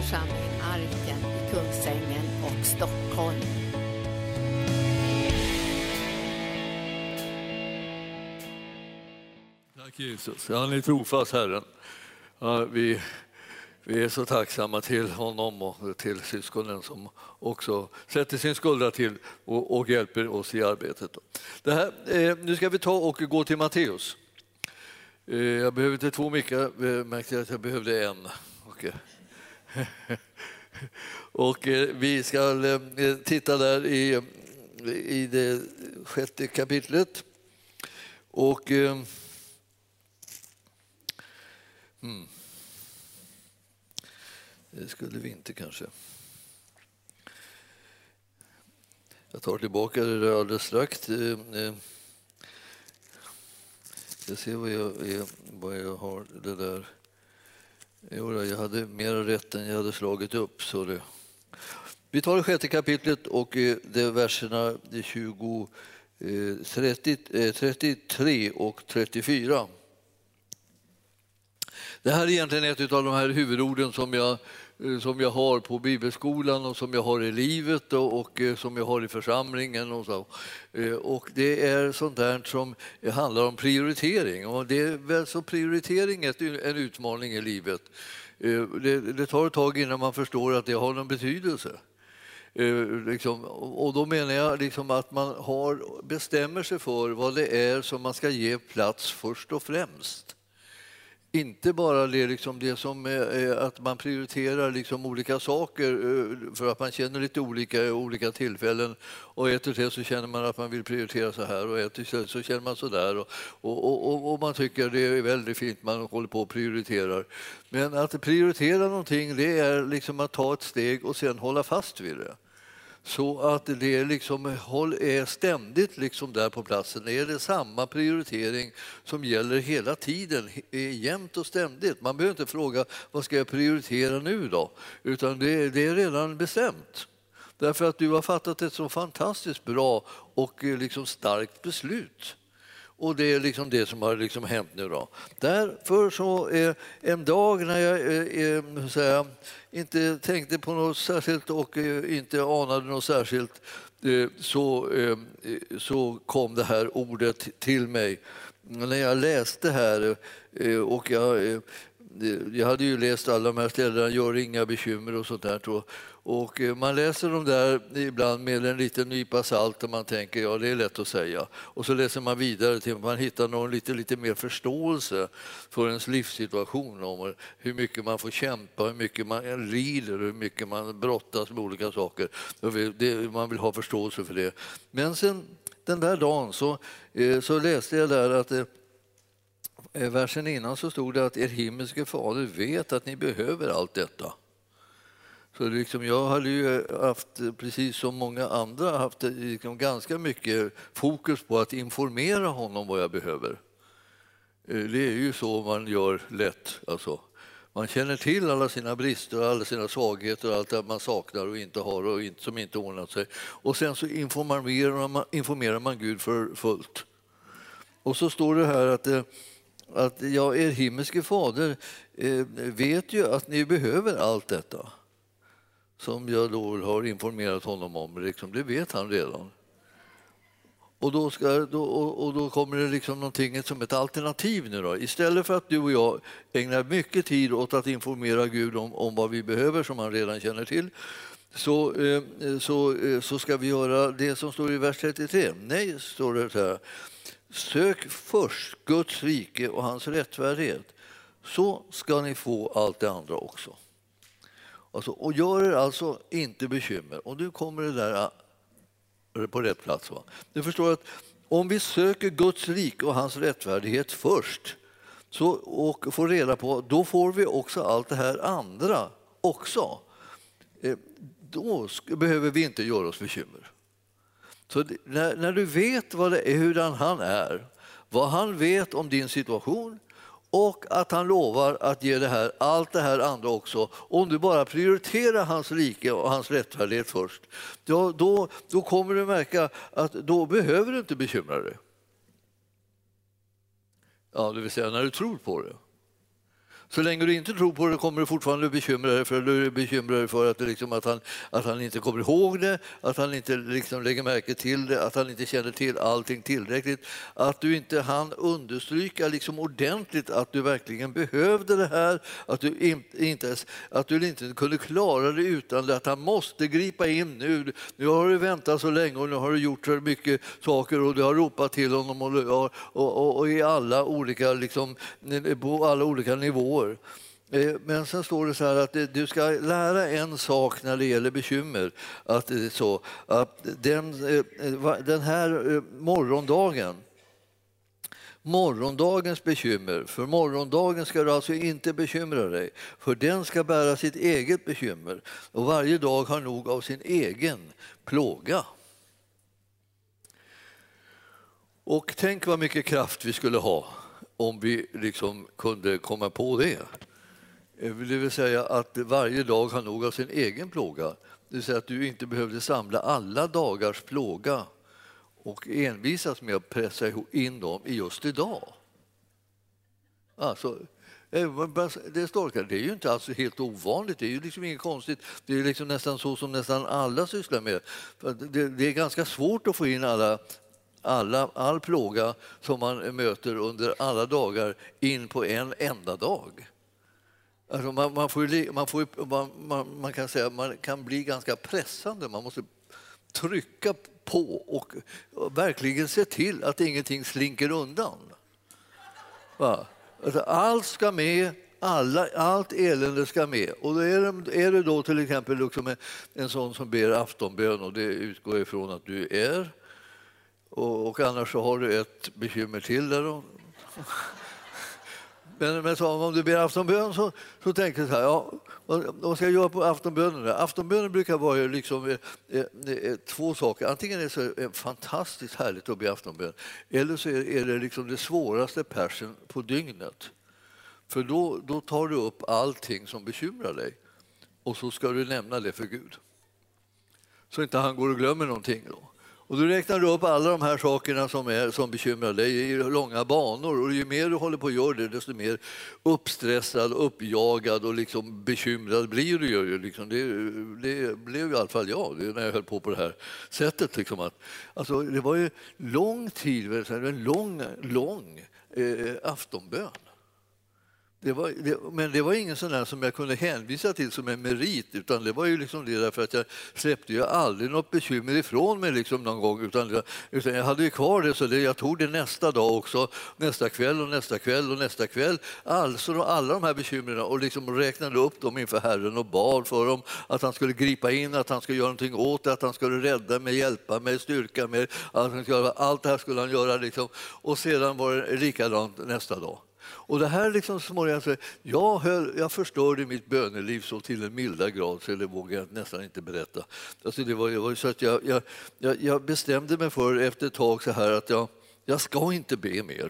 församling Arken i Kungsängen och Stockholm. Tack Jesus. Han är trofast, Herren. Ja, vi är så tacksamma till honom och till syskonen som också sätter sin skuldra till och hjälper oss i arbetet. Nu ska vi ta och gå till Matteus. Jag behöver inte 2 mickar, jag märkte att jag behövde en. Okay. Och vi ska titta där i det 6:e kapitlet. Och det skulle vi inte kanske. Jag tar tillbaka det där alldeles strax. Jag ser vad jag har det där. Jag hade mer rätt än jag hade slagit upp. Så det. Vi tar det 6:e kapitlet och det är verserna 33 och 34. Det här är egentligen ett av de här huvudorden som jag har på bibelskolan och som jag har i livet och som jag har i församlingen och så. Och det är sånt där som handlar om prioritering, och det är väl så prioritering en utmaning i livet. Det tar ett tag innan man förstår att det har någon betydelse. Och då menar jag att man bestämmer sig för vad det är som man ska ge plats först och främst. Inte bara det som är att man prioriterar olika saker för att man känner lite olika tillfällen, och ett och så känner man att man vill prioritera så här och ett och så känner man så där och man tycker det är väldigt fint, man håller på och prioriterar. Men att prioritera någonting, det är att ta ett steg och sen hålla fast vid det. Så att det är ständigt där på platsen. Är det samma prioritering som gäller hela tiden, jämt och ständigt. Man behöver inte fråga vad ska jag prioritera nu då, utan det är redan bestämt. Därför att du har fattat ett så fantastiskt bra och starkt beslut. Och det är det som har hänt nu då. Därför så en dag när jag inte tänkte på något särskilt och inte anade något särskilt, så kom det här ordet till mig. När jag läste här, och jag hade ju läst alla de här ställena, gör inga bekymmer och sånt där. Och man läser dem där ibland med en liten nypa salt och man tänker, ja det är lätt att säga. Och så läser man vidare till man hittar någon lite mer förståelse för ens livssituation, om hur mycket man får kämpa, hur mycket man lider, hur mycket man brottas med olika saker. Man vill ha förståelse för det. Men sen den där dagen så läste jag där att versen innan så stod det att er himmelske fader vet att ni behöver allt detta. Så jag hade ju haft, precis som många andra, haft ganska mycket fokus på att informera honom vad jag behöver. Det är ju så man gör lätt. Alltså. Man känner till alla sina brister, alla sina svagheter, allt det man saknar och inte har och som inte ordnat sig. Och sen så informerar man Gud för fullt. Och så står det här att er himmelske fader vet ju att ni behöver allt detta. Som jag då har informerat honom om. Det vet han redan. Och då kommer det någonting som ett alternativ nu då. Istället för att du och jag ägnar mycket tid åt att informera Gud om vad vi behöver som han redan känner till, så ska vi göra det som står i vers 33. Nej, står det så här. Sök först Guds rike och hans rättfärdighet, så ska ni få allt det andra också. Alltså, och gör er alltså inte bekymmer. Och nu kommer det där på rätt plats. Va? Du förstår att om vi söker Guds rike och hans rättfärdighet först och får reda på, då får vi också allt det här andra också. Då behöver vi inte göra oss bekymmer. Så när du vet vad det är, hur han är, vad han vet om din situation, och att han lovar att ge allt det här andra också. Om du bara prioriterar hans rike och hans rättfärdighet först, då kommer du märka att då behöver du inte bekymra dig. Ja, det vill säga när du tror på det. Så länge du inte tror på det kommer du fortfarande bekymra dig för, du är bekymrad för att, att han inte kommer ihåg det, att han inte lägger märke till det, att han inte känner till allting tillräckligt. Att du inte hann understryka ordentligt att du verkligen behövde det här, att du inte kunde klara det utan det, att han måste gripa in nu. Nu har du väntat så länge och nu har du gjort så mycket saker och du har ropat till honom och i alla olika, på alla olika nivåer. Men sen står det så här att du ska lära en sak när det gäller bekymmer. Att det är så att den här morgondagens bekymmer, för morgondagen ska du alltså inte bekymra dig, för den ska bära sitt eget bekymmer och varje dag har nog av sin egen plåga. Och tänk vad mycket kraft vi skulle ha om vi kunde komma på det. Det vill säga att varje dag har nog av sin egen plåga. Det vill säga att du inte behövde samla alla dagars plåga och envisas med att pressa in dem i just idag. Alltså, det är ju inte alls helt ovanligt, det är ju inget konstigt. Det är nästan så som nästan alla sysslar med. Det är ganska svårt att få in all plåga som man möter under alla dagar in på en enda dag. Alltså man kan säga att man kan bli ganska pressande. Man måste trycka på och verkligen se till att ingenting slinker undan. Va? Alltså allt ska med, allt elände ska med. Och då är det då till exempel en sån som ber aftonbön, och det utgår ifrån att du är. Och annars så har du ett bekymmer till där då. Men så om du ber aftonbön så tänker jag så här, ja, vad ska jag göra på aftonbönen? Aftonbönen brukar vara två saker. Antingen är det så fantastiskt härligt att be aftonbön, eller så är det det svåraste persen på dygnet. För då tar du upp allting som bekymrar dig och så ska du nämna det för Gud. Så inte han går och glömmer någonting då. Och du räknar upp alla de här sakerna som bekymrar dig i långa banor. Och ju mer du håller på att göra det, desto mer uppstressad, uppjagad och bekymrad blir du ju. Det blev i alla fall jag när jag höll på det här sättet. Alltså, det var ju lång tid, en lång aftonbön. Men det var ingen sån där som jag kunde hänvisa till som en merit, utan det var ju det därför att jag släppte ju aldrig något bekymmer ifrån mig någon gång, utan jag hade ju kvar det, så jag tog det nästa dag också, nästa kväll och nästa kväll och nästa kväll. Alltså alla de här bekymren och räknade upp dem inför Herren och bad för dem att han skulle gripa in, att han skulle göra någonting åt det, att han skulle rädda mig, hjälpa mig, styrka mig, allt det här skulle han göra och sedan var det likadant nästa dag. Och det här småningom, jag förstörde mitt böneliv så till en milda grad så det vågar jag nästan inte berätta. Alltså det var så att jag bestämde mig för efter ett tag så här att jag ska inte be mer.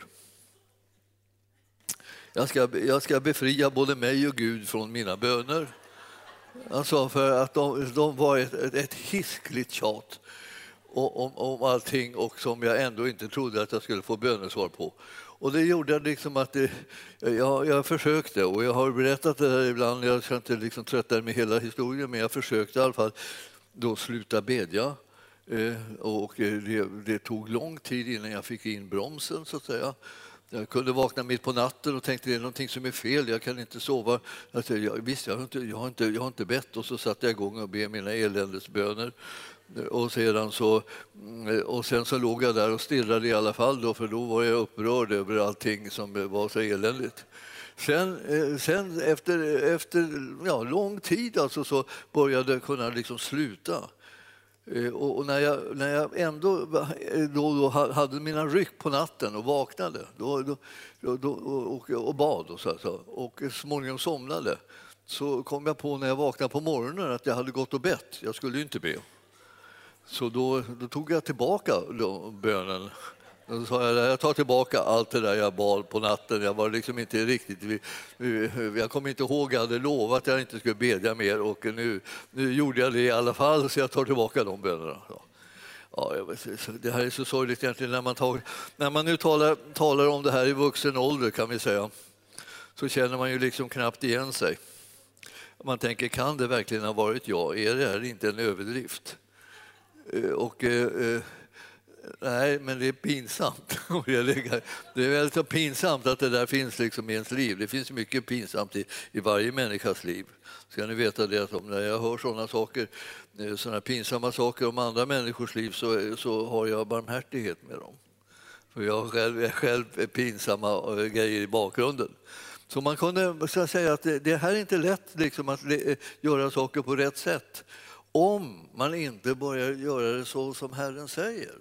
Jag ska befria både mig och Gud från mina böner. Alltså för att de var ett hiskligt tjat om allting och som jag ändå inte trodde att jag skulle få bönesvar på. Och det gjorde att jag försökte, och jag har berättat det här ibland, jag ska inte trötta med hela historien, men jag försökte i alla fall då sluta bedja. Och det tog lång tid innan jag fick in bromsen, så att säga. Jag kunde vakna mitt på natten och tänkte det är någonting som är fel, jag kan inte sova. Visst, jag har inte bett, och så satte jag igång och be mina eländesböner. Och sen så låg jag där och stirrade i alla fall då, för då var jag upprörd över allting som var så eländigt. Sen efter lång tid alltså, så började jag kunna sluta. Och när jag ändå då hade mina ryck på natten och vaknade och bad och småningom somnade, så kom jag på när jag vaknade på morgonen att jag hade gått och bett. Jag skulle ju inte be. Så då tog jag tillbaka bönen. Då sa jag tar tillbaka allt det där jag bad på natten. Jag var inte riktigt... Jag kommer inte ihåg, jag hade lovat att jag inte skulle bedja mer. Och nu gjorde jag det i alla fall, så jag tar tillbaka de bönerna. Ja, det här är så sorgligt egentligen när man nu talar om det här i vuxen ålder, kan vi säga. så känner man ju liksom knappt igen sig. Man tänker, kan det verkligen ha varit jag? Är det här inte en överdrift? Nej, men det är pinsamt. Det är väldigt så pinsamt att det där finns liksom i ens liv. Det finns mycket pinsamt i varje människas liv. Ska ni veta det, att när jag hör sådana saker, sådana pinsamma saker om andra människors liv, så har jag barmhärtighet med dem. För jag är själv pinsamma grejer i bakgrunden. Så man kunde säga att det här är inte lätt liksom, att göra saker på rätt sätt om man inte börjar göra det så som Herren säger.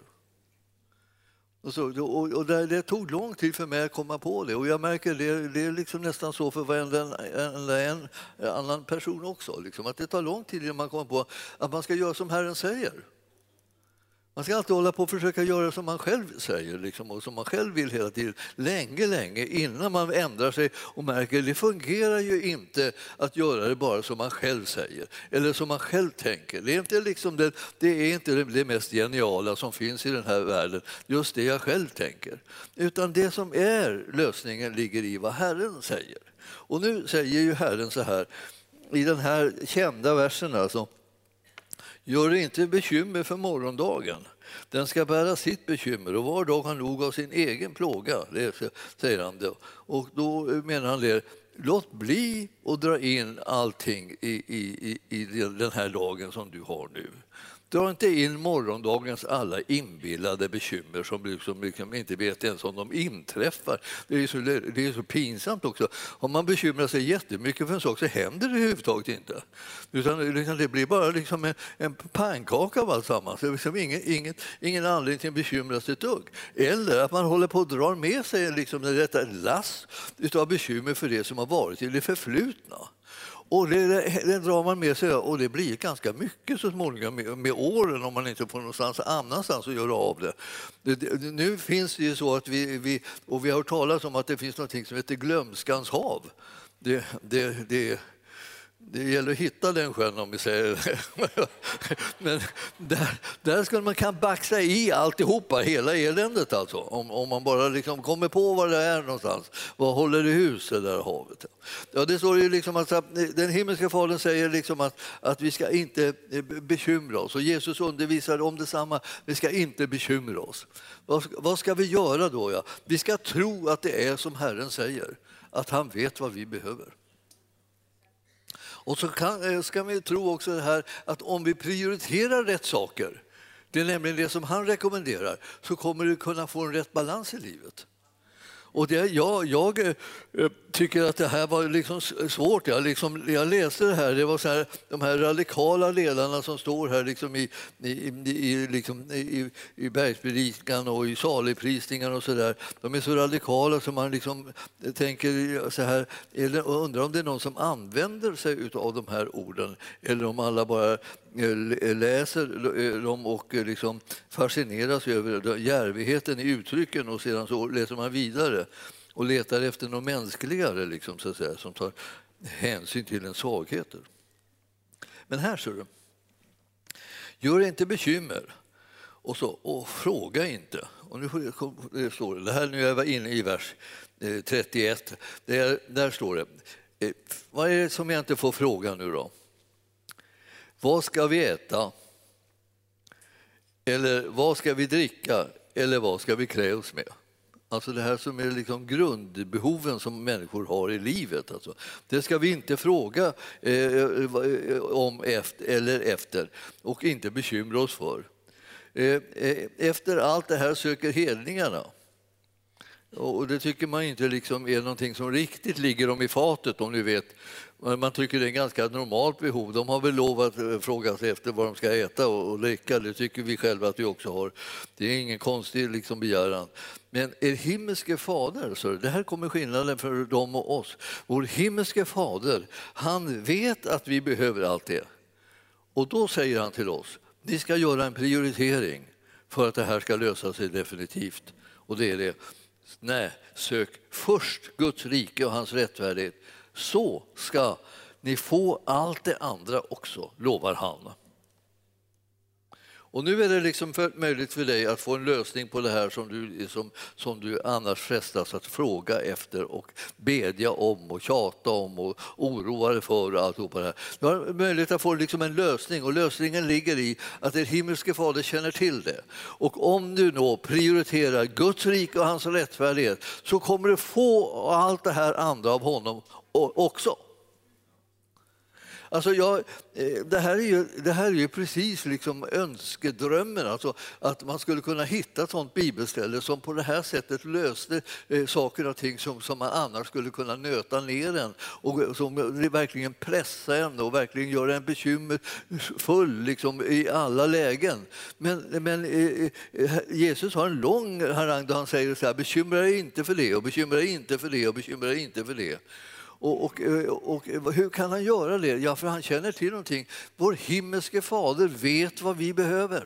Och det tog lång tid för mig att komma på det. Och jag märker det är liksom nästan så för en annan person också. Liksom, att det tar lång tid innan man kommer på att man ska göra som Herren säger. Man ska alltid hålla på och försöka göra som man själv säger liksom, och som man själv vill hela tiden. Länge innan man ändrar sig och märker att det fungerar ju inte att göra det bara som man själv säger. Eller som man själv tänker. Det är inte, liksom det mest geniala som finns i den här världen. Just det jag själv tänker. Utan det som är lösningen ligger i vad Herren säger. Och nu säger ju Herren så här i den här kända versen alltså. Gör det inte bekymmer för morgondagen. Den ska bära sitt bekymmer och var dag har nog av sin egen plåga, det säger han då. Och då menar han det, låt bli och dra in allting i den här dagen som du har nu. Dra inte in morgondagens alla inbillade bekymmer som liksom inte vet ens om de inträffar. Det är så pinsamt också. Om man bekymrar sig jättemycket för en sak så händer det överhuvudtaget inte. Utan det blir bara liksom en pannkaka av alltsammans. Det är liksom ingen anledning till att bekymra sig ett dugg. Eller att man håller på att dra med sig liksom detta lass av bekymmer för det som har varit i det förflutna. Och det drar man med sig och det blir ganska mycket så småningom med åren om man inte får någonstans annanstans att göra av det. Nu finns det ju så att vi har hört talas om att det finns något som heter glömskans hav. Det gäller att hitta den sjön om vi säger det. Men där ska man kan baxa i alltihopa, hela eländet alltså. Om man bara liksom kommer på var det är någonstans. Vad håller det hus det där havet? Ja, det står ju liksom att den himmelska fadern säger liksom att vi ska inte bekymra oss. Och Jesus undervisar om detsamma. Vi ska inte bekymra oss. Vad ska vi göra då? Ja? Vi ska tro att det är som Herren säger. Att han vet vad vi behöver. Och så ska vi tro också det här att om vi prioriterar rätt saker, det är nämligen det som han rekommenderar, så kommer du kunna få en rätt balans i livet. Och jag tycker att det här var liksom svårt. Jag läste det här, det var så här, de här radikala delarna som står här liksom i bergspredikan och i saligprisningar och så där. De är så radikala som man liksom tänker så här, eller undrar om det är någon som använder sig av de här orden eller om alla bara läser dem och liksom fascineras över djärvigheten i uttrycken och sedan så läser man vidare och letar efter något mänskligare liksom, så att säga, som tar hänsyn till en svagheter. Men här ser du. Gör inte bekymmer och fråga inte. Och nu står det här, nu är jag inne i vers 31. Där står det. Vad är det som jag inte får fråga nu då? Vad ska vi äta? Eller vad ska vi dricka? Eller vad ska vi klä oss med? Alltså det här som är liksom grundbehoven som människor har i livet. Alltså. Det ska vi inte fråga om efter och inte bekymra oss för. Efter allt det här söker hedningarna. Och det tycker man inte liksom är någonting som riktigt ligger dem i fatet, om ni vet. Man tycker det är ett ganska normalt behov. De har väl lov att fråga sig efter vad de ska äta och dricka. Det tycker vi själva att vi också har. Det är ingen konstig liksom begäran. Men er himmelske fader, så det här kommer skillnaden för dem och oss. Vår himmelske fader, han vet att vi behöver allt det. Och då säger han till oss, ni ska göra en prioritering för att det här ska lösa sig definitivt. Och det är det. Nej, sök först Guds rike och hans rättfärdighet. Så ska ni få allt det andra också, lovar han. Och nu är det liksom möjligt för dig att få en lösning på det här som du annars frestas att fråga efter och bedja om och tjata om och oroa dig för och allt på det här. Du har möjlighet att få liksom en lösning, och lösningen ligger i att den himmelske fader känner till det. Och om du då prioriterar Guds rike och hans rättfärdighet så kommer du få allt det här andra av honom också. Alltså det här är ju precis liksom önskedrömmen, alltså att man skulle kunna hitta ett sånt bibelställe som på det här sättet löste saker och ting som man annars skulle kunna nöta ner en, och som verkligen pressar en och verkligen gör en bekymmerfull liksom, i alla lägen. Men Jesus har en lång harang där han säger så här: bekymra dig inte för det och bekymra dig inte för det och bekymra dig inte för det. Och hur kan han göra det? Ja, för han känner till någonting. Vår himmelske fader vet vad vi behöver.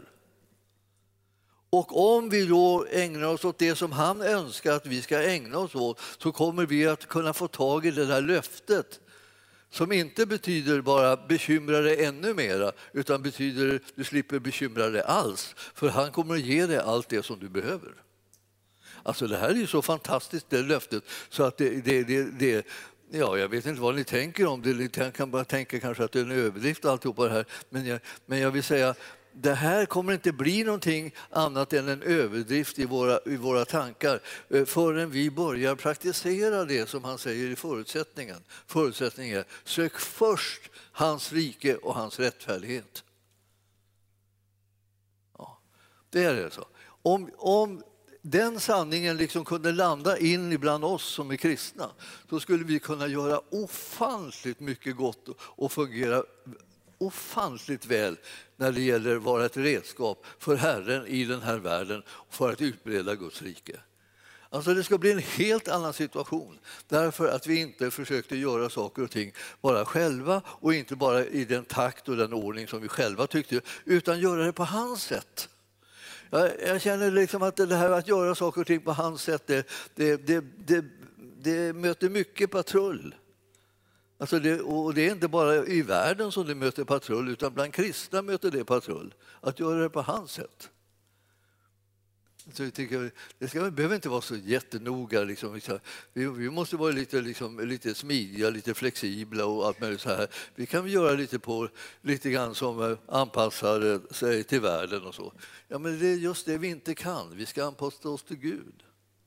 Och om vi då ägnar oss åt det som han önskar att vi ska ägna oss åt, så kommer vi att kunna få tag i det där löftet. Som inte betyder bara bekymra dig ännu mera, utan betyder du slipper bekymra dig alls. För han kommer att ge dig allt det som du behöver. Alltså det här är ju så fantastiskt, det löftet, så att det ja, jag vet inte vad ni tänker om det. Ni kan bara tänka kanske att det är en överdrift och alltihopa det här. Men jag vill säga, det här kommer inte bli någonting annat än en överdrift i våra tankar förrän vi börjar praktisera det som han säger i förutsättningen. Förutsättningen är: sök först hans rike och hans rättfärdighet. Ja, det är det så. Om den sanningen liksom kunde landa in ibland oss som är kristna, så skulle vi kunna göra ofantligt mycket gott och fungera ofantligt väl när det gäller att vara ett redskap för Herren i den här världen för att utbreda Guds rike. Alltså det ska bli en helt annan situation, därför att vi inte försökte göra saker och ting bara själva och inte bara i den takt och den ordning som vi själva tyckte, utan göra det på hans sätt. Jag känner liksom att det här att göra saker och ting på hans sätt, det möter mycket patrull. Alltså och det är inte bara i världen som det möter patrull, utan bland kristna möter det patrull. Att göra det på hans sätt. Så jag tycker, det behöver inte vara så jättenoga. Liksom. Vi måste vara lite smidiga, lite flexibla och allt möjligt så här. Vi kan göra lite grann som anpassar sig till världen och så. Ja, men det är just det vi inte kan. Vi ska anpassa oss till Gud.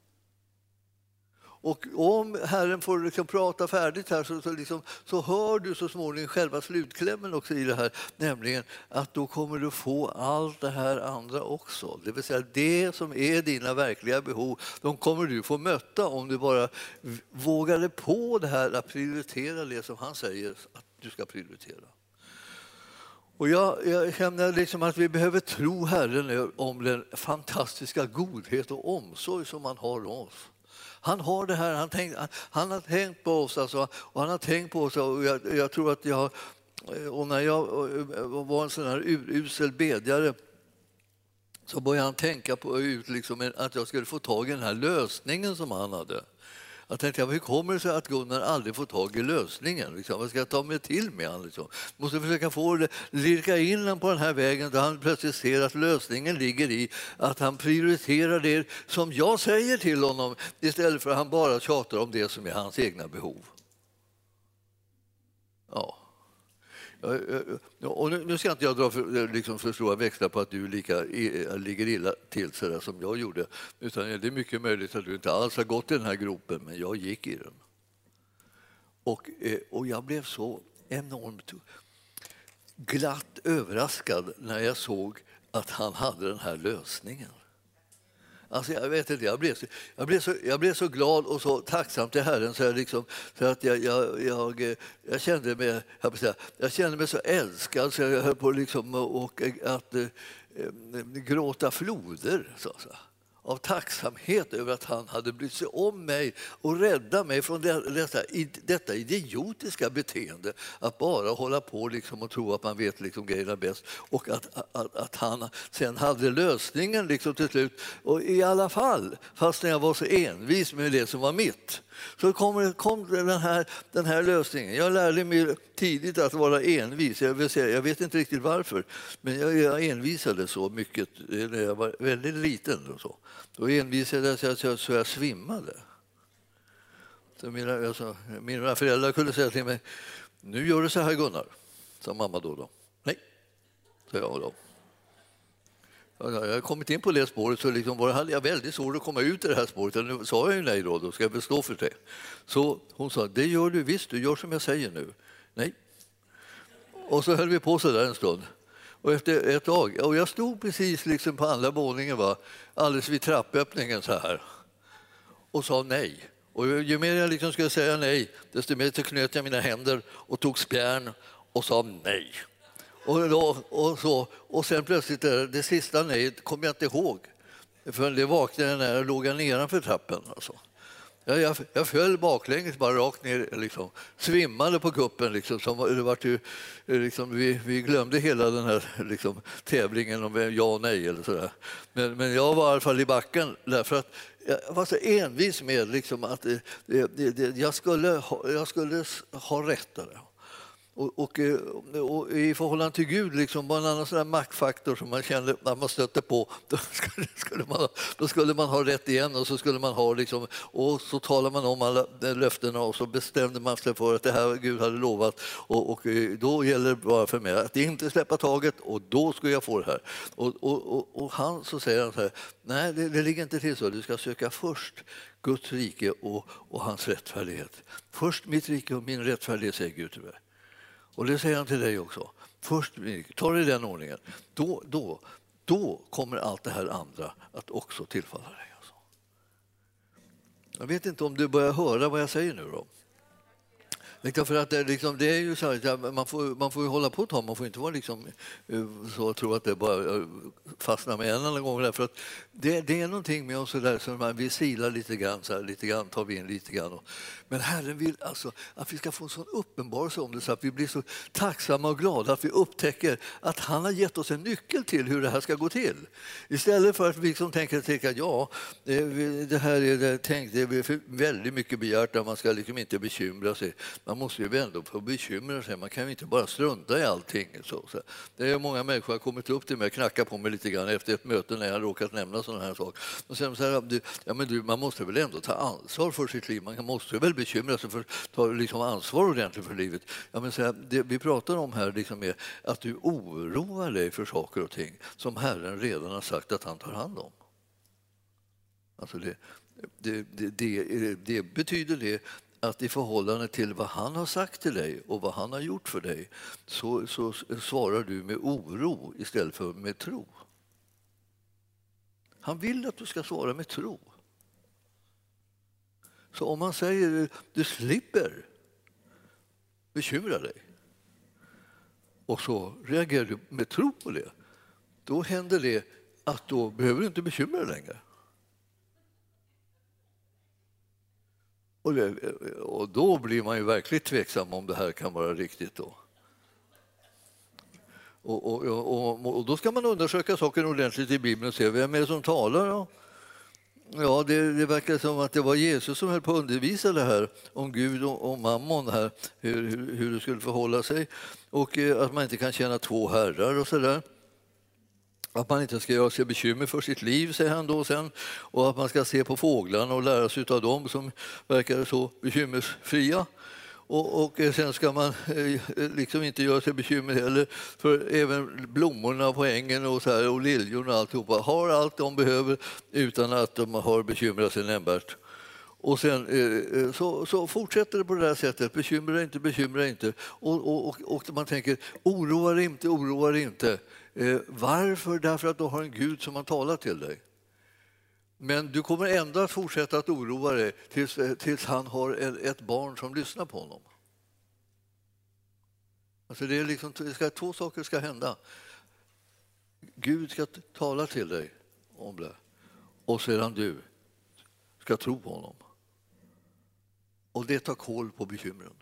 Och om Herren får liksom prata färdigt här så hör du så småningom själva slutklämmen också i det här, nämligen att då kommer du få allt det här andra också. Det vill säga det som är dina verkliga behov, de kommer du få möta om du bara vågar dig på det här att prioritera det som han säger att du ska prioritera. Och jag känner liksom att vi behöver tro Herren om den fantastiska godhet och omsorg som han har om oss. Han har det här, han har tänkt på oss alltså, och han har tänkt på oss, och jag tror att och när jag var en sån här usel bedjare, så började han tänka på liksom, att jag skulle få tag i den här lösningen som han hade. Jag tänkte, hur kommer det sig att Gunnar aldrig får tag i lösningen? Liksom? Vad ska jag ta mig till med han? Liksom? Måste försöka få lirka in honom på den här vägen där han plötsligt ser att lösningen ligger i att han prioriterar det som jag säger till honom, istället för att han bara tjatar om det som är hans egna behov. Ja. Och nu ska inte jag dra för stora växlar på att du ligger illa till så där som jag gjorde, utan det är mycket möjligt att du inte alls har gått i den här gropen, men jag gick i den. Och jag blev så enormt glatt överraskad när jag såg att han hade den här lösningen. Alltså jag vet inte, jag blev så glad och så tacksam till Herren så att jag kände mig så älskad så jag höll på att gråta floder. Så. av tacksamhet över att han hade brytt sig om mig och räddat mig från detta idiotiska beteende att bara hålla på liksom och tro att man vet liksom grejerna bäst, och att han sen hade lösningen liksom till slut. Och i alla fall, fast när jag var så envis med det som var mitt, så kom den här lösningen. Jag lärde mig tidigt att vara envis. Jag vet inte riktigt varför, men jag envisade så mycket när jag var väldigt liten. Och så. Då envisade jag så jag svimmade. Så mina föräldrar kunde säga till mig, nu gör du så här Gunnar, sa mamma då. Nej, sa jag då. Jag har kommit in på det spåret, så liksom hade jag väldigt svårt att komma ut i det här spåret. Nu sa jag ju nej då ska jag bestå för det. Så hon sa, det gör du visst, du gör som jag säger nu. Nej. Och så höll vi på så där en stund. Och efter ett tag, och jag stod precis liksom på andra våningen, alldeles vid trappöppningen så här. Och sa nej. Och ju mer jag liksom skulle säga nej, desto mer så knöt jag mina händer och tog spjärn och sa nej. Och sen plötsligt det sista nejet kom jag inte ihåg. För det vaknade när jag låg nedanför trappen. Alltså. Jag föll baklänges bara rakt ner, liksom, svimmade på kuppen. Vi glömde hela den här liksom, tävlingen om ja och nej. Eller sådär. Men jag var i alla fall i backen därför att jag var så envis med liksom, att jag skulle ha rätt där. Och i förhållande till Gud liksom, var en annan sån där maktfaktor som man kände att man stötte på. Då skulle man ha rätt igen, och så skulle man ha liksom, och så talade man om alla löftena och så bestämde man sig för att det här Gud hade lovat, och då gäller det bara för mig att inte släppa taget, och då skulle jag få det här. Och han så säger han så här, nej det ligger inte till så, du ska söka först Guds rike och hans rättfärdighet. Först mitt rike och min rättfärdighet, säger Gud till mig. Och det säger han till dig också. Först, ta det i den ordningen. Då kommer allt det här andra att också tillfalla dig. Alltså. Jag vet inte om du börjar höra vad jag säger nu då. För att det är ju så här, man får ju hålla på ett tag, man får inte vara liksom, så tro att det bara fastnar med en annan gång. Därför att det är någonting med oss där som vi silar lite grann tar vi in lite grann. Men Herren vill alltså att vi ska få en sån uppenbarelse om det, så att vi blir så tacksamma och glada att vi upptäcker att han har gett oss en nyckel till hur det här ska gå till. Istället för att vi liksom tänker att det här är det är väldigt mycket begärt, där man ska liksom inte bekymra sig. Man måste ju ändå få bekymra sig. Man kan ju inte bara strunta i allting. Så. Det är många människor som har kommit upp till mig och knackat på mig lite grann efter ett möte när jag råkat nämna sådana här saker. Och sen så här, man måste väl ändå ta ansvar för sitt liv. Man måste väl bekymra sig för att ta liksom ansvar ordentligt för livet. Det vi pratar om här liksom är att du oroar dig för saker och ting som Herren redan har sagt att han tar hand om. Alltså det betyder det att i förhållande till vad han har sagt till dig och vad han har gjort för dig, så svarar du med oro istället för med tro. Han vill att du ska svara med tro. Så om man säger du slipper bekymra dig, och så reagerar du med tro på det, då händer det att då behöver du inte bekymra dig längre. Och då blir man ju verkligen tveksam om det här kan vara riktigt då. Och då ska man undersöka saker ordentligt i Bibeln och se vem är det som talar då? Ja, det verkar som att det var Jesus som höll på att undervisa det här om Gud och mammon här, hur det skulle förhålla sig, och att man inte kan tjäna två herrar och så där. Att man inte ska göra sig bekymmer för sitt liv, säger han då sen, och att man ska se på fåglarna och lära sig av dem som verkar så bekymmersfria. Och sen ska man liksom inte göra sig bekymmer heller, för även blommorna på ängen och, så här, och liljorna och alltihopa har allt de behöver utan att de har bekymrat sig nämnvärt. Och sen så fortsätter det på det här sättet, bekymra inte. Och man tänker, oroa dig inte. Varför? Därför att du har en Gud som har talat till dig. Men du kommer ändå att fortsätta att oroa dig tills han har ett barn som lyssnar på honom. Alltså det är liksom, två saker ska hända. Gud ska tala till dig om det. och sedan du ska tro på honom. Och det tar koll på bekymren.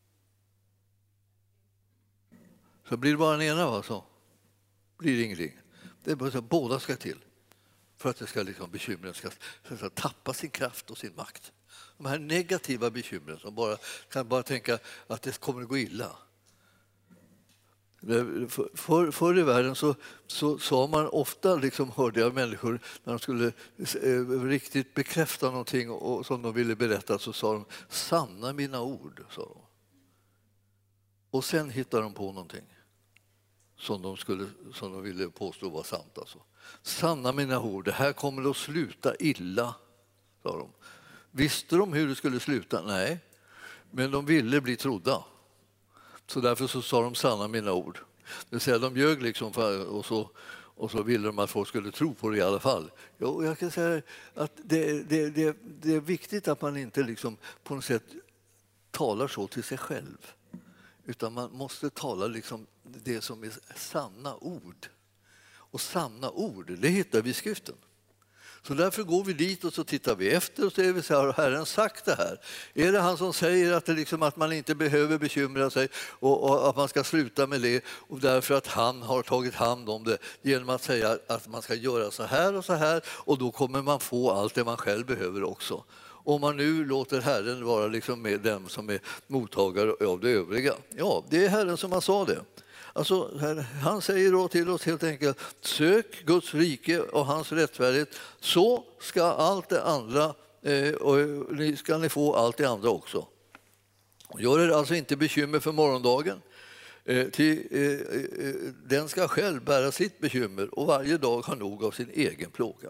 Så blir det bara den ena, va, så blir det ingenting. Det är bara så att båda ska till för att det ska bekymren ska tappa sin kraft och sin makt. De här negativa bekymren som kan bara tänka att det kommer att gå illa. Förr i världen så sa man ofta, hörde jag människor när de skulle riktigt bekräfta någonting och som de ville berätta, så sa de sanna mina ord, sa de. Och sen hittade de på någonting som de ville påstå var sant. Alltså. Sanna mina ord, det här kommer att sluta illa, sa de. Visste de hur det skulle sluta? Nej, men de ville bli trodda. Så därför så sa de sanna mina ord. Det vill säga de ljög och så ville de att folk skulle tro på det i alla fall. Jag kan säga att det är viktigt att man inte på något sätt talar så till sig själv. Utan man måste tala det som är sanna ord. Och sanna ord, det hittar vi i skriften. Så därför går vi dit och så tittar vi efter och så är vi så här, har Herren sagt det här? Är det han som säger att man inte behöver bekymra sig och att man ska sluta med det, och därför att han har tagit hand om det genom att säga att man ska göra så här och då kommer man få allt det man själv behöver också. Om man nu låter Herren vara med dem som är mottagare av det övriga. Ja, det är Herren som har sa det. Alltså, han säger då till oss helt enkelt: sök Guds rike och hans rättfärdighet, så ska allt det andra och ska ni få allt det andra också. Gör er alltså inte bekymmer för morgondagen. Den ska själv bära sitt bekymmer och varje dag har nog av sin egen plåga.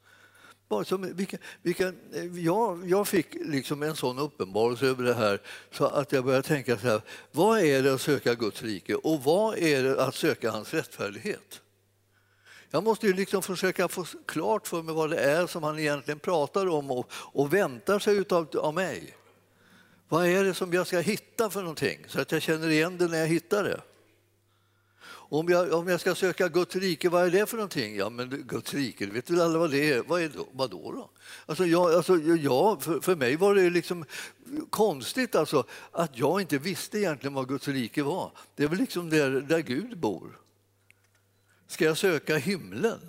Jag fick en sån uppenbarelse över det här så att jag började tänka så här: vad är det att söka Guds rike och vad är det att söka hans rättfärdighet? Jag måste ju försöka få klart för mig vad det är som han egentligen pratar om och väntar sig av mig. Vad är det som jag ska hitta för någonting så att jag känner igen det när jag hittar det? Om jag ska söka Guds rike, vad är det för någonting? Ja, men Guds rike, vet väl alla vad det är? Vad då? För mig var det konstigt att jag inte visste egentligen vad Guds rike var. Det är väl där Gud bor. Ska jag söka himlen?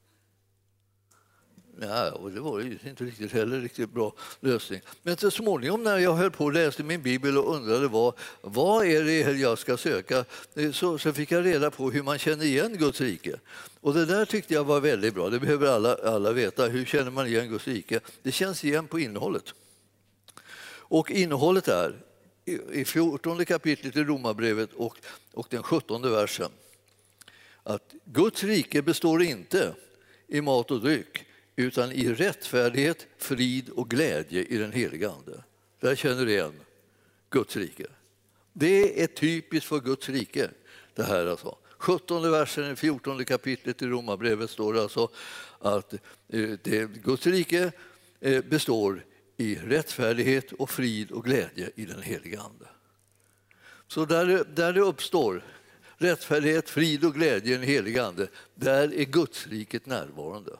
Nej, och det var ju inte riktigt bra lösning. Men så småningom när jag höll på och läste min bibel och undrade vad är det jag ska söka, så fick jag reda på hur man känner igen Guds rike. Och det där tyckte jag var väldigt bra. Det behöver alla veta. Hur känner man igen Guds rike? Det känns igen på innehållet. Och innehållet är i 14 kapitlet i Romarbrevet och den 17:e versen att Guds rike består inte i mat och dryck, utan i rättfärdighet, frid och glädje i den heliga Ande. Där känner du igen Guds rike. Det är typiskt för Guds rike. Det här 17:e versen i 14:e kapitlet i Romarbrevet står det att Guds rike består i rättfärdighet och frid och glädje i den heliga Ande. Så där det uppstår rättfärdighet, frid och glädje i den heliga Ande, där är Guds riket närvarande.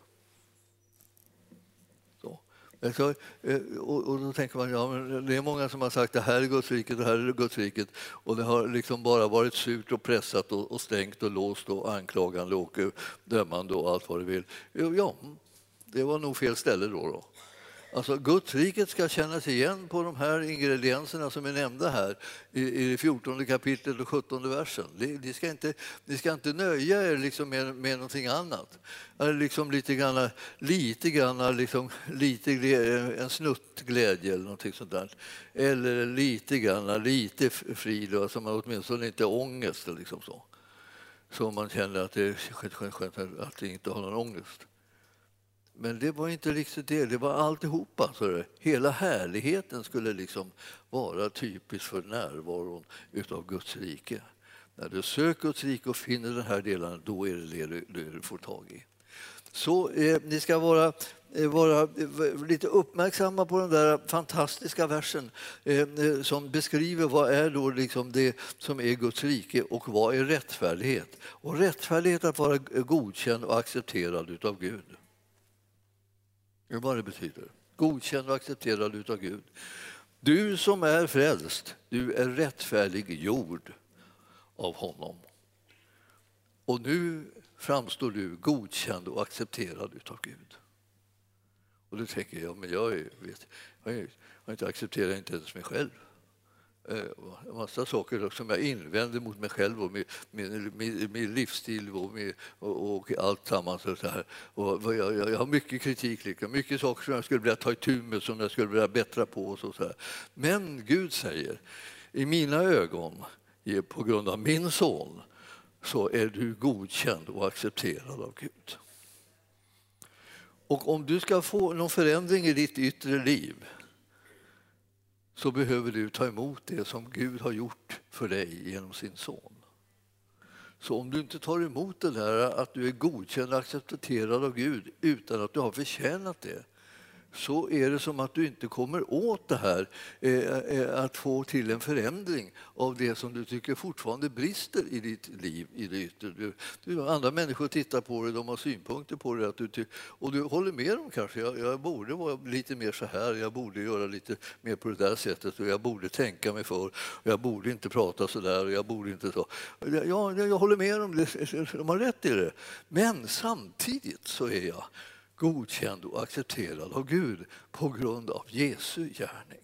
Och då tänker man, ja, men det är många som har sagt det här är Guds riket, det här är Guds riket, och det har bara varit surt och pressat och stängt och låst och anklagande och dömande och allt vad det vill. Ja, det var nog fel ställe då. Alltså Guds riket ska kännas igen på de här ingredienserna som är nämnda här i 14 kapitlet och 17 versen. Ni ska inte nöja er med någonting annat. En snutt glädje eller någonting sånt där. Eller lite frid, som åtminstone inte är ångest så. Så man känner att det är skönt att inte har någon ångest. Men det var inte riktigt det var alltihopa. Hela härligheten skulle vara typiskt för närvaron utav Guds rike. När du söker Guds rike och finner den här delen, då är det du får tag i. Så ni ska vara lite uppmärksamma på den där fantastiska versen som beskriver vad är då det som är Guds rike och vad är rättfärdighet. Och rättfärdighet att vara godkänd och accepterad utav Gud. Det är vad det betyder. Godkänd och accepterad utav Gud. Du som är frälst, du är rättfärdiggjord av honom. Och nu framstår du godkänd och accepterad utav Gud. Och då tänker jag, men jag har inte accepterat inte ens mig själv. En massa saker som jag invänder mot mig själv och min livsstil och allt sammans. Och så här. Och jag har mycket kritik, liksom. Mycket saker som jag skulle vilja ta itu med, som jag skulle vilja bättra på. Och så här. Men Gud säger, i mina ögon, på grund av min son, så är du godkänd och accepterad av Gud. Och om du ska få någon förändring i ditt yttre liv, så behöver du ta emot det som Gud har gjort för dig genom sin son. Så om du inte tar emot det där att du är godkänd och accepterad av Gud utan att du har förtjänat det, så är det som att du inte kommer åt det här att få till en förändring av det som du tycker fortfarande brister i ditt liv, i det yttre. Andra människor tittar på det, de har synpunkter på det, och du håller med dem kanske. Jag borde vara lite mer så här, jag borde göra lite mer på det där sättet, och jag borde tänka mig för, och jag borde inte prata så där, och jag borde inte så. Ja, jag håller med dem, de har rätt i det. Men samtidigt så är jag godkänd och accepterad av Gud på grund av Jesu gärning.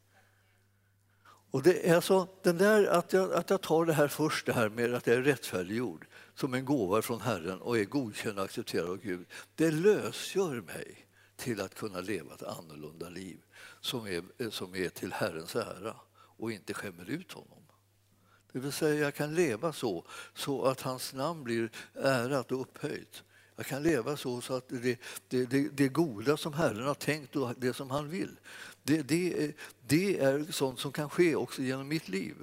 Och det är alltså den där att jag tar det här först, det här med att jag är rättfärdiggjord som en gåva från Herren och är godkänd och accepterad av Gud. Det lösgör mig till att kunna leva ett annorlunda liv som är till Herrens ära och inte skämmer ut honom. Det vill säga jag kan leva så att hans namn blir ärat och upphöjt. Jag kan leva så att det goda som Herren har tänkt och det som han vill, det är sånt som kan ske också genom mitt liv.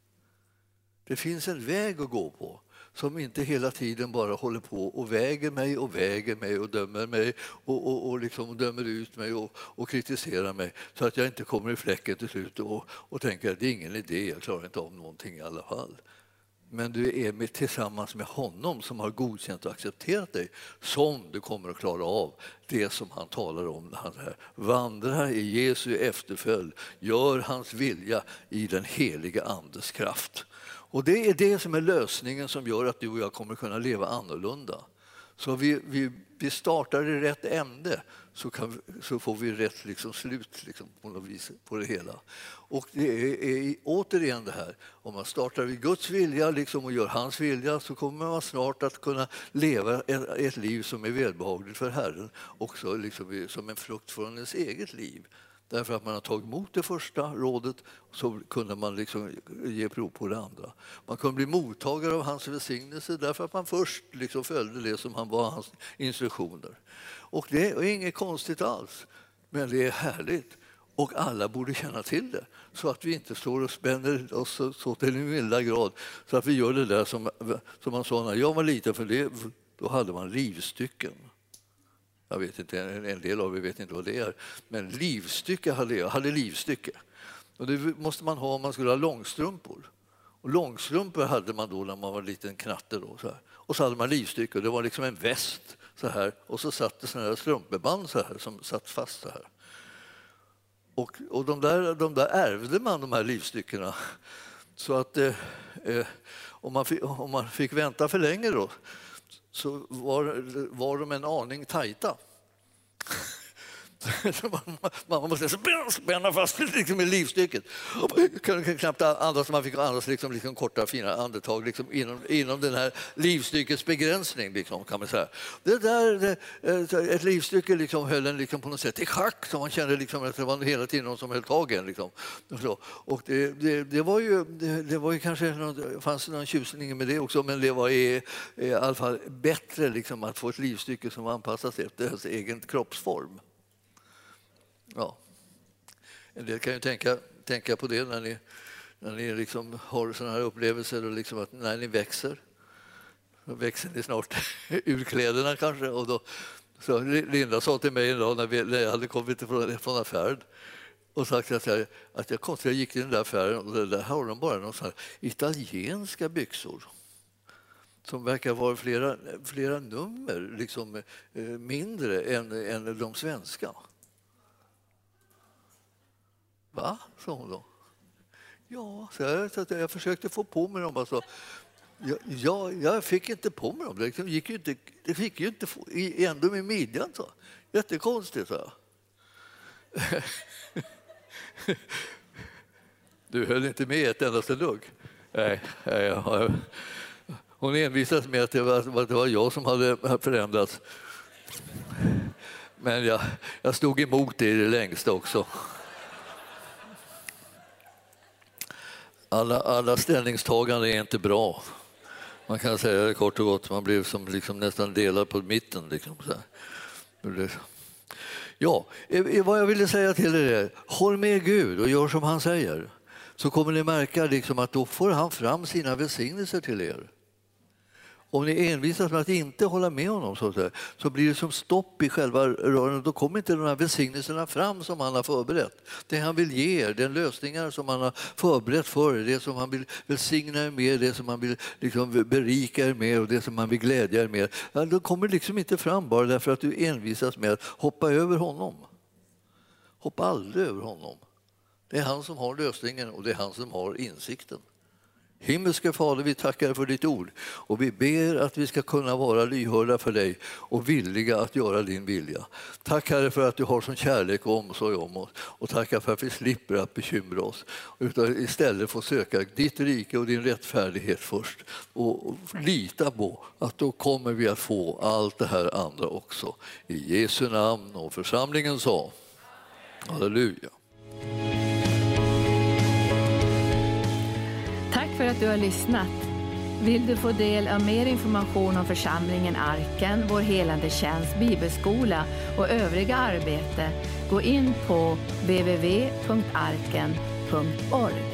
Det finns en väg att gå på som inte hela tiden bara håller på och väger mig och dömer mig och liksom dömer ut mig och kritiserar mig så att jag inte kommer i fläcken till slut och tänker att det är ingen idé, jag klarar inte av någonting i alla fall. Men du är tillsammans med honom som har godkänt och accepterat dig som du kommer att klara av det som han talar om när han här vandrar i Jesu efterföljd, gör hans vilja i den heliga andes kraft. Och det är det som är lösningen som gör att du och jag kommer kunna leva annorlunda. Så vi startar i rätt ände så får vi rätt liksom slut liksom, på något vis på det hela. Och det är återigen det här, om man startar vid Guds vilja liksom, och gör hans vilja, så kommer man snart att kunna leva ett liv som är välbehagligt för Herren också liksom, som en frukt från ens eget liv. Därför att man har tagit emot det första rådet så kunde man liksom ge prov på det andra. Man kunde bli mottagare av hans välsignelse därför att man först liksom följde det som han var hans instruktioner. Och det är inget konstigt alls, men det är härligt. Och alla borde känna till det så att vi inte står och spänner oss så till en milda grad så att vi gör det där som man sa när jag var liten, för då hade man livstycken. Jag vet inte, en del av er vet inte vad det är. Men livstycke hade jag. Hade livstycke. Och det måste man ha om man skulle ha långstrumpor. Och långstrumpor hade man då när man var en liten knatte. Då, så här. Och så hade man livstycke. Och det var liksom en väst. Så här. Och så satt det sådana här strumpeband så här, som satt fast så här. Och de där ärvde man, de här livstyckena. Så att om man fick vänta för länge då, så var de en aning tajta. Man måste spänna fast liksom i livstycket. Kunde knappt andas, man fick andas liksom korta fina andetag liksom inom den här livstyckets begränsning liksom, kan man säga. Det där ett livstycke liksom höll en liksom på något sätt i schack, så man kände liksom att det var hela tiden någon som höll tagen liksom. Och det var ju kanske fanns någon tjusning med det också, men det var i alla fall bättre liksom att få ett livstycke som anpassas efter ens egen kroppsform. Ja. En del kan ju tänka på det när ni liksom har såna här upplevelser och liksom att när ni växer ni snart ur kläderna kanske. Och då, så Linda sa till mig en dag när jag hade kommit från affären och sagt att jag gick till den där affären och där har de bara någon sån här italienska byxor. som verkar vara flera nummer liksom, mindre än de svenska. Va? Sa hon då. Ja, så jag försökte få på mig dem. Alltså. Jag fick inte på mig dem. Det fick ju inte ändå med midjan. Så. Jättekonstigt, sa jag. Du höll inte med ett endaste lugg. Nej, hon envisades med att det var jag som hade förändrats. Men jag stod emot det i det längsta också. Alla ställningstaganden är inte bra. Man kan säga det kort och gott. Man blev som liksom nästan delad på mitten. Liksom, så här. Ja, vad jag ville säga till er är, håll med Gud och gör som han säger. Så kommer ni märka liksom att då får han fram sina välsignelser till er. Om ni envisas med att inte hålla med honom så blir det som stopp i själva rören. Då kommer inte de här välsignelserna fram som han har förberett. Det han vill ge er, den lösningar som han har förberett för er, det som han vill välsigna er med, det som han vill liksom berika er med och det som han vill glädja er med. Då kommer det liksom inte fram bara därför att du envisas med att hoppa över honom. Hoppa aldrig över honom. Det är han som har lösningen och det är han som har insikten. Himmelske Fader, vi tackar för ditt ord och vi ber att vi ska kunna vara lyhörda för dig och villiga att göra din vilja. Tack Herre för att du har sån kärlek och omsorg om oss och tackar för att vi slipper att bekymra oss utan istället får söka ditt rike och din rättfärdighet först och lita på att då kommer vi att få allt det här andra också. I Jesu namn och församlingen sa. Halleluja. Tack för att du har lyssnat. Vill du få del av mer information om församlingen Arken, vår helande tjänst, bibelskola och övriga arbete, gå in på www.arken.org.